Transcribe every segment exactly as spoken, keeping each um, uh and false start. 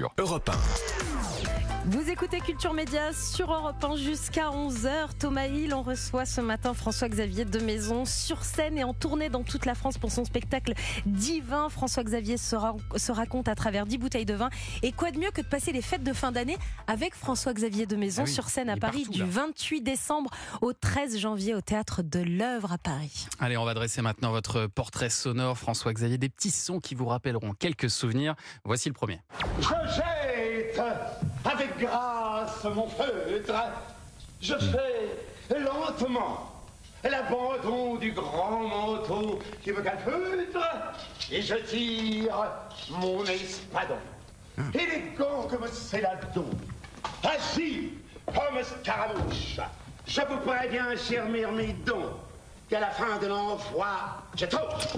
jours. Europe un. Vous écoutez Culture Média sur Europe un jusqu'à onze heures. Thomas Hill, on reçoit ce matin François-Xavier de Maison sur scène et en tournée dans toute la France pour son spectacle Divin. François-Xavier se, ra- se raconte à travers dix bouteilles de vin. Et quoi de mieux que de passer les fêtes de fin d'année avec François-Xavier de Maison Ah oui, sur scène à il est Paris partout, du là. vingt-huit décembre au treize janvier au Théâtre de l'Œuvre à Paris. Allez, on va dresser maintenant votre portrait sonore, François-Xavier. Des petits sons qui vous rappelleront quelques souvenirs. Voici le premier. Je jette avec grâce mon feutre. Je fais lentement l'abandon du grand manteau qui me calfeutre et je tire mon espadon. Élégant comme Céladon, assis comme Scaramouche, je vous préviens, cher myrmidon, qu'à la fin de l'envoi, je trouve.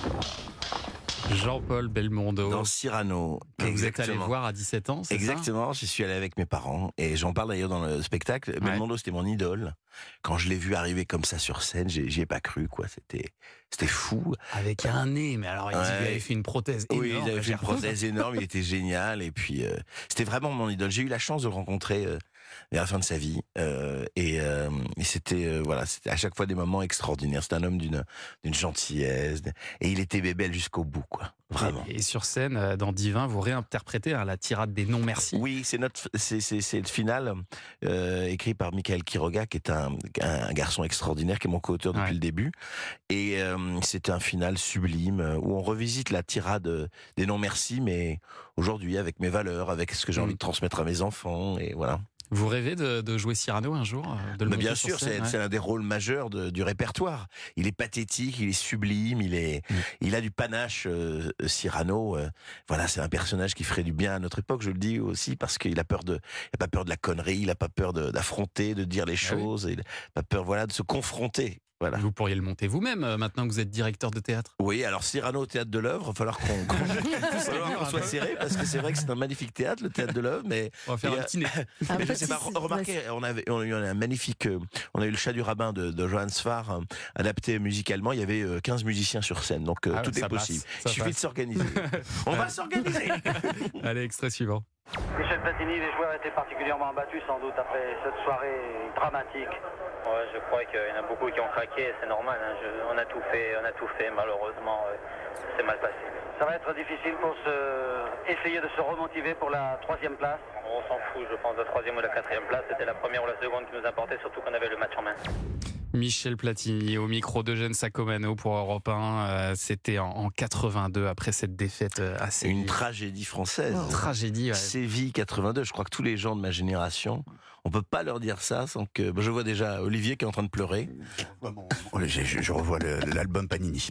Jean-Paul Belmondo. Dans Cyrano. Vous êtes allé Exactement. voir à dix-sept ans, c'est Exactement, j'y suis allé avec mes parents et j'en parle d'ailleurs dans le spectacle. Belmondo, c'était mon idole. Quand je l'ai vu arriver comme ça sur scène, j'ai- j'y ai pas cru, quoi. C'était, c'était fou. ça Avec un nez, mais alors il Ouais. il avait fait une prothèse énorme. Oui, il avait fait une Cher. prothèse énorme, il était génial et puis euh, c'était vraiment mon idole. J'ai eu la chance de le rencontrer euh, vers la fin de sa vie euh, et, euh, et c'était euh, voilà, c'était à chaque fois des moments extraordinaires. C'est un homme d'une d'une gentillesse et il était bébel jusqu'au bout, quoi. Vraiment. Et, et sur scène, euh, dans Divin, vous réinterprétez hein, la tirade des non-merci. Oui, c'est notre, c'est, c'est, c'est le final euh, écrit par Michael Quiroga, qui est un, un garçon extraordinaire, qui est mon co-auteur depuis Ouais. le début. Et euh, c'était un final sublime euh, où on revisite la tirade euh, des non-merci, mais aujourd'hui avec mes valeurs, avec ce que j'ai Mm. envie de transmettre à mes enfants, et voilà. Vous rêvez de, de jouer Cyrano un jour euh, de le Mais monter bien sur sûr, scène, c'est, ouais. c'est l'un des rôles majeurs de- du répertoire. Il est pathétique, il est sublime, il est, Mm. il a du panache. euh, Cyrano, euh, voilà, c'est un personnage qui ferait du bien à notre époque. Je le dis aussi parce qu'il a peur de, il a pas peur de la connerie, il a pas peur de- d'affronter, de dire les Ah oui. choses, il a pas peur, voilà, de se confronter. Voilà. Vous pourriez le monter vous-même euh, maintenant que vous êtes directeur de théâtre. Oui, alors Cyrano au théâtre de l'Œuvre, il va falloir qu'on, qu'on- il va falloir qu'on soit serré parce que c'est vrai que c'est un magnifique théâtre, le théâtre de l'Œuvre, mais On va faire Il y un a- petit nez. Un Mais je petit- sais pas, remarquez, on avait, on a eu un magnifique, euh, on a eu le Chat du rabbin de, de Johann Sfar, euh, adapté musicalement. Il y avait euh, quinze musiciens sur scène, donc euh, Ah ouais, tout ça est possible. passe, Il ça suffit passe. de s'organiser. On va s'organiser. Allez, extrait suivant. Michel Platini, les joueurs étaient particulièrement abattus sans doute après cette soirée dramatique. Ouais, je crois qu'il y en a beaucoup qui ont craqué, c'est normal. hein. Je- on a tout fait, on a tout fait. Malheureusement, euh, c'est mal passé. Ça va être difficile pour se... essayer de se remotiver pour la troisième place. On s'en fout, je pense, la troisième ou la quatrième place. C'était la première ou la seconde qui nous importait, surtout qu'on avait le match en main. Michel Platini au micro d'Eugène Sacomano pour Europe un. euh, C'était en, en quatre-vingt-deux après cette défaite euh, assez Une tragédie française. tragédie. Ouais. Séville quatre-vingt-deux. Je crois que tous les gens de ma génération, on peut pas leur dire ça sans que. Bah, je vois déjà Olivier qui est en train de pleurer. Je, je- je revois le- l'album Panini.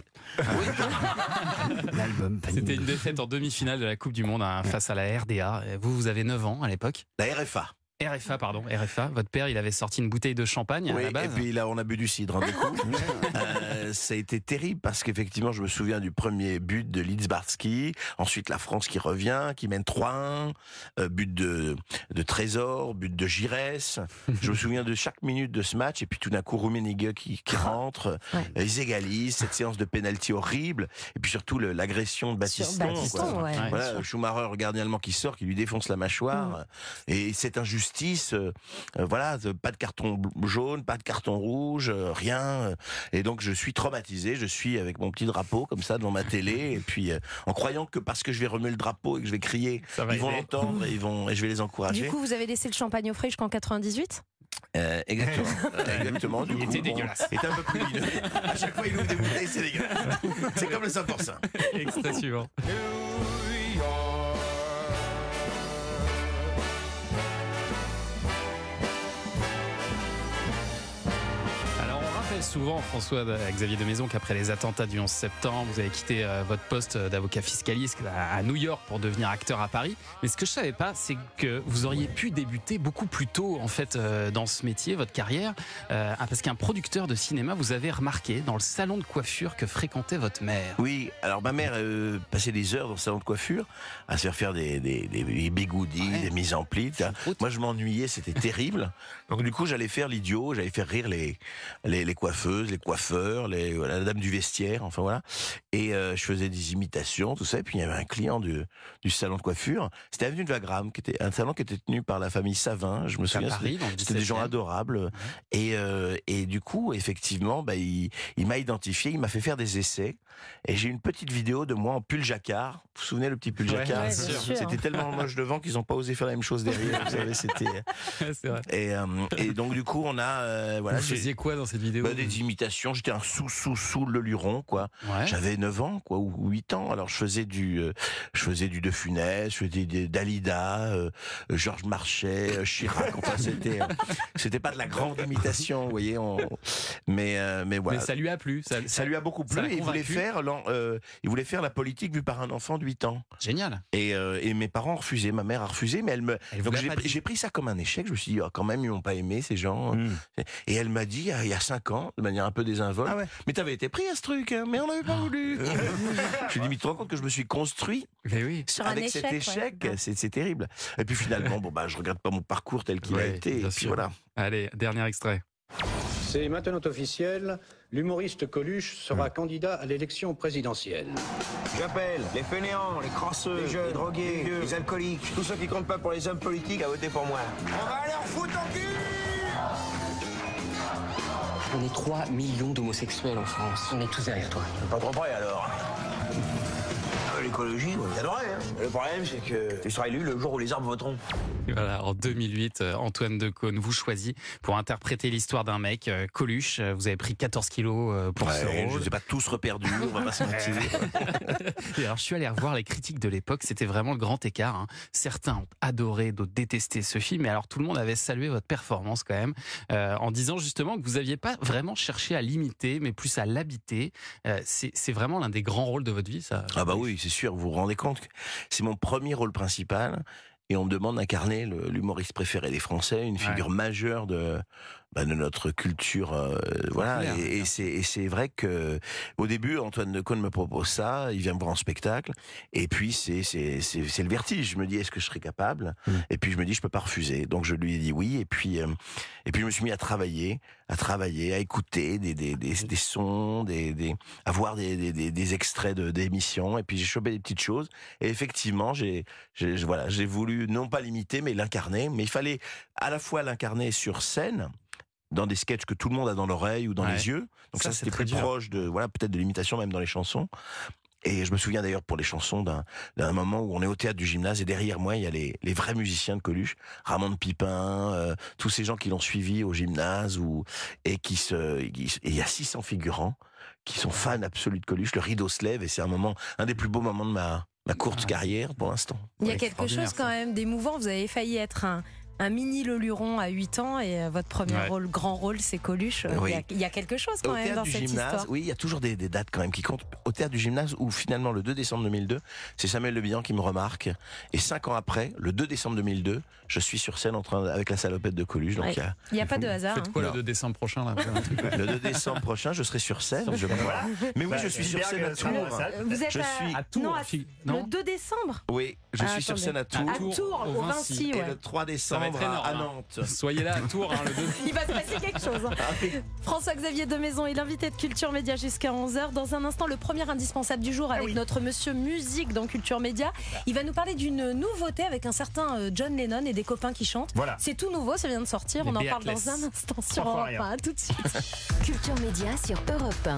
L'album Panini. C'était une défaite en demi-finale de la Coupe du Monde hein, face à la R D A. Vous, vous avez neuf ans à l'époque. La R F A. R F A, pardon, R F A. Votre père, il avait sorti une bouteille de champagne à Oui, la et base. puis là, on a bu du cidre, hein, du coup. Euh, ça a été terrible parce qu'effectivement, je me souviens du premier but de Lidzbarski, ensuite la France qui revient, qui mène trois un, euh, but de, de Trésor, but de Giresse. Je me souviens de chaque minute de ce match, et puis tout d'un coup, Rummenigge qui, qui rentre, Ouais. euh, ils égalisent, cette séance de pénalty horrible, et puis surtout le- l'agression de Sur Battiston. Battiston, quoi. ouais. Ouais. Voilà, Schumacher, le gardien allemand qui sort, qui lui défonce la mâchoire, et cette injustice, euh, euh, voilà, euh, pas de carton bl- jaune, pas de carton rouge, euh, rien, euh, et donc je suis traumatisé, je suis avec mon petit drapeau comme ça devant ma télé, et puis euh, en croyant que parce que je vais remuer le drapeau et que je vais crier, Ça va ils vont aider. l'entendre et ils vont, et je vais les encourager. Du coup, vous avez laissé le champagne au frais jusqu'en quatre-vingt-dix-huit. Euh, exactement, Euh, exactement. Du Il coup, était bon, dégueulasse. il était un peu plus lumineux. À chaque fois, il ouvre des bouteilles, c'est dégueulasse. C'est comme le cinq pour cent. Extrait suivant. Alors, on rappelle souvent, François Xavier de Maison, qu'après les attentats du onze septembre, vous avez quitté euh, votre poste d'avocat fiscaliste à, à New York pour devenir acteur à Paris. Mais ce que je savais pas, c'est que vous auriez pu débuter beaucoup plus tôt, en fait, euh, dans ce métier, votre carrière, euh, ah, parce qu'un producteur de cinéma vous avait remarqué dans le salon de coiffure que fréquentait votre mère. Oui, alors ma mère euh, passait des heures dans le salon de coiffure à se faire faire des, des, des, des bigoudis, Ouais. des mises en plis. et cetera. Outre. Moi, je m'ennuyais, c'était terrible. Donc du coup, j'allais faire l'idiot, j'allais faire rire les, les, les coiffeurs. coiffeuses, les coiffeurs, les, voilà, la dame du vestiaire, enfin voilà. Et euh, je faisais des imitations, tout ça. Et puis il y avait un client du, du salon de coiffure. C'était avenue de Wagram, qui était un salon qui était tenu par la famille Savin. Je me souviens, Paris, dans le c'était des gens adorables. Ouais. Et, euh, et du coup, effectivement, bah, il, il m'a identifié, il m'a fait faire des essais. Et j'ai une petite vidéo de moi en pull jacquard. Vous vous souvenez le petit pull jacquard? Ouais, C'était tellement moche devant qu'ils n'ont pas osé faire la même chose derrière. Vous savez, c'était. C'est vrai. Et, euh, et donc du coup, on a euh, voilà. Vous faisiez quoi dans cette vidéo? Bah, des imitations. J'étais un sous sous sous le luron, quoi. Ouais. J'avais neuf ans, quoi, ou huit ans. Alors je faisais du, euh, je faisais du De Funès, je faisais des Dalida, euh, Georges Marchais, euh, Chirac. Enfin, c'était, euh, c'était pas de la grande imitation, vous voyez. On... Mais euh, mais voilà. Mais ça lui a plu. Ça, Ça lui a beaucoup plu. Et il voulait faire, l'en- euh, il voulait faire la politique vue par un enfant de huit ans. Génial. Et, euh, et mes parents ont refusé, ma mère a refusé, mais elle me. Elle vous Donc l'a j'ai, pas pris- dit. j'ai pris ça comme un échec. Je me suis dit, oh, quand même, ils m'ont pas aimé ces gens. Mm. Et elle m'a dit, il y a cinq ans, de manière un peu désinvolte, Ah ouais. mais t'avais été pris à ce truc, hein, mais on n'avait pas voulu. Je me suis dit, mais tu te rends compte que je me suis construit Mais oui. Sur un avec échec, cet ouais. échec, c'est, c'est terrible. Et puis finalement, bon bah, je regrette pas mon parcours tel qu'il a Ouais, été. bien Et puis sûr. voilà. Allez, dernier extrait. C'est maintenant officiel, l'humoriste Coluche sera candidat à l'élection présidentielle. J'appelle les fainéants, les crasseux, les jeunes, les drogués, les, les alcooliques, tous ceux qui comptent pas pour les hommes politiques à voter pour moi. On va leur foutre en cul! On est trois millions d'homosexuels en France. On est tous derrière toi. Pas trop près alors. Ah, l'écologie, ouais, j'adorerais. Hein. Le problème, c'est que tu seras élu le jour où les arbres voteront. Et voilà, en deux mille huit, euh, Antoine Decaune vous choisit pour interpréter l'histoire d'un mec, euh, Coluche. Euh, Vous avez pris quatorze kilos euh, pour ce Ouais, je rôle. ne ai pas tous reperdus, on va pas se mentir. Et alors, je suis allé revoir les critiques de l'époque. C'était vraiment le grand écart. Hein. Certains ont adoré, d'autres détesté ce film. Et alors, tout le monde avait salué votre performance quand même, euh, en disant justement que vous n'aviez pas vraiment cherché à l'imiter, mais plus à l'habiter. Euh, c'est, c'est vraiment l'un des grands rôles de votre vie, ça. Ah bah oui, c'est sûr, vous vous rendez compte que c'est mon premier rôle principal et on me demande d'incarner le- l'humoriste préféré des Français, une figure Ouais. majeure de, bah, de notre culture. euh, voilà, Populaire, et, et bien. c'est, et c'est vrai que au début, Antoine Decaune me propose ça, il vient me voir en spectacle, et puis c'est, c'est, c'est, c'est le vertige. Je me dis, est-ce que je serai capable? Mm. Et puis je me dis, je peux pas refuser. Donc je lui ai dit oui, et puis, euh, et puis je me suis mis à travailler, à travailler, à écouter des, des, des, des sons, des, des, à voir des, des, des, des extraits de, d'émissions, et puis j'ai chopé des petites choses. Et effectivement, j'ai, j'ai, voilà, j'ai voulu non pas l'imiter, mais l'incarner. Mais il fallait à la fois l'incarner sur scène, dans des sketchs que tout le monde a dans l'oreille ou dans Ouais. les yeux. Donc Ça, ça, c'est c'était très plus dur. proche de, voilà, peut-être de l'imitation même dans les chansons. Et je me souviens d'ailleurs pour les chansons d'un, d'un moment où on est au théâtre du Gymnase et derrière moi il y a les, les vrais musiciens de Coluche, Ramon de Pipin, euh, tous ces gens qui l'ont suivi au Gymnase ou et qui se, qui- et il y a six cents figurants qui sont fans absolus de Coluche. Le rideau se lève et c'est un moment, un des plus beaux moments de ma ma courte Ah. carrière pour l'instant. Il y a Ouais, quelque extraordinaire, chose quand ça. même d'émouvant. Vous avez failli être un, un mini Leluron à huit ans et euh, votre premier Ouais. rôle, grand rôle, c'est Coluche. Euh, Oui. Il, y a, il y a quelque chose quand Au même théâtre dans du cette Gymnase, histoire. oui, il y a toujours des, des dates quand même qui comptent. Au théâtre du Gymnase, où finalement le deux décembre deux mille deux, c'est Samuel Le Bihan qui me remarque. Et cinq ans après, le deux décembre deux mille deux, je suis sur scène en train avec la salopette de Coluche. Donc Ouais. il y a- Il n'y a pas de hasard. Faites hein. quoi Non. le deux décembre prochain là? Un truc, ouais. le deux décembre prochain, je serai sur scène. Je Voilà. Mais oui, Bah, je suis sur Spielberg, scène à euh, sera dans la Tours. salle. Euh, Vous êtes Je à, suis À Tours, non, à- fi- le non deux décembre Oui, je Ah, suis sur attendez. scène à Tours. à Tours, au Vinci. Et ouais. le trois Ça va décembre être à, énorme, à hein. Nantes. Soyez là à Tours, hein, le deux. Il va se passer quelque chose. hein. François-Xavier de Maison est l'invité de Culture Média jusqu'à onze heures. Dans un instant, le premier indispensable du jour avec oui. notre monsieur musique dans Culture Média. Il va nous parler d'une nouveauté avec un certain euh, John Lennon et des copains qui chantent. Voilà. C'est tout nouveau, ça vient de sortir. Les On en parle Beatles. dans un instant sur Trois fois Europe rien. un. À tout de suite. Culture Média sur Europe un.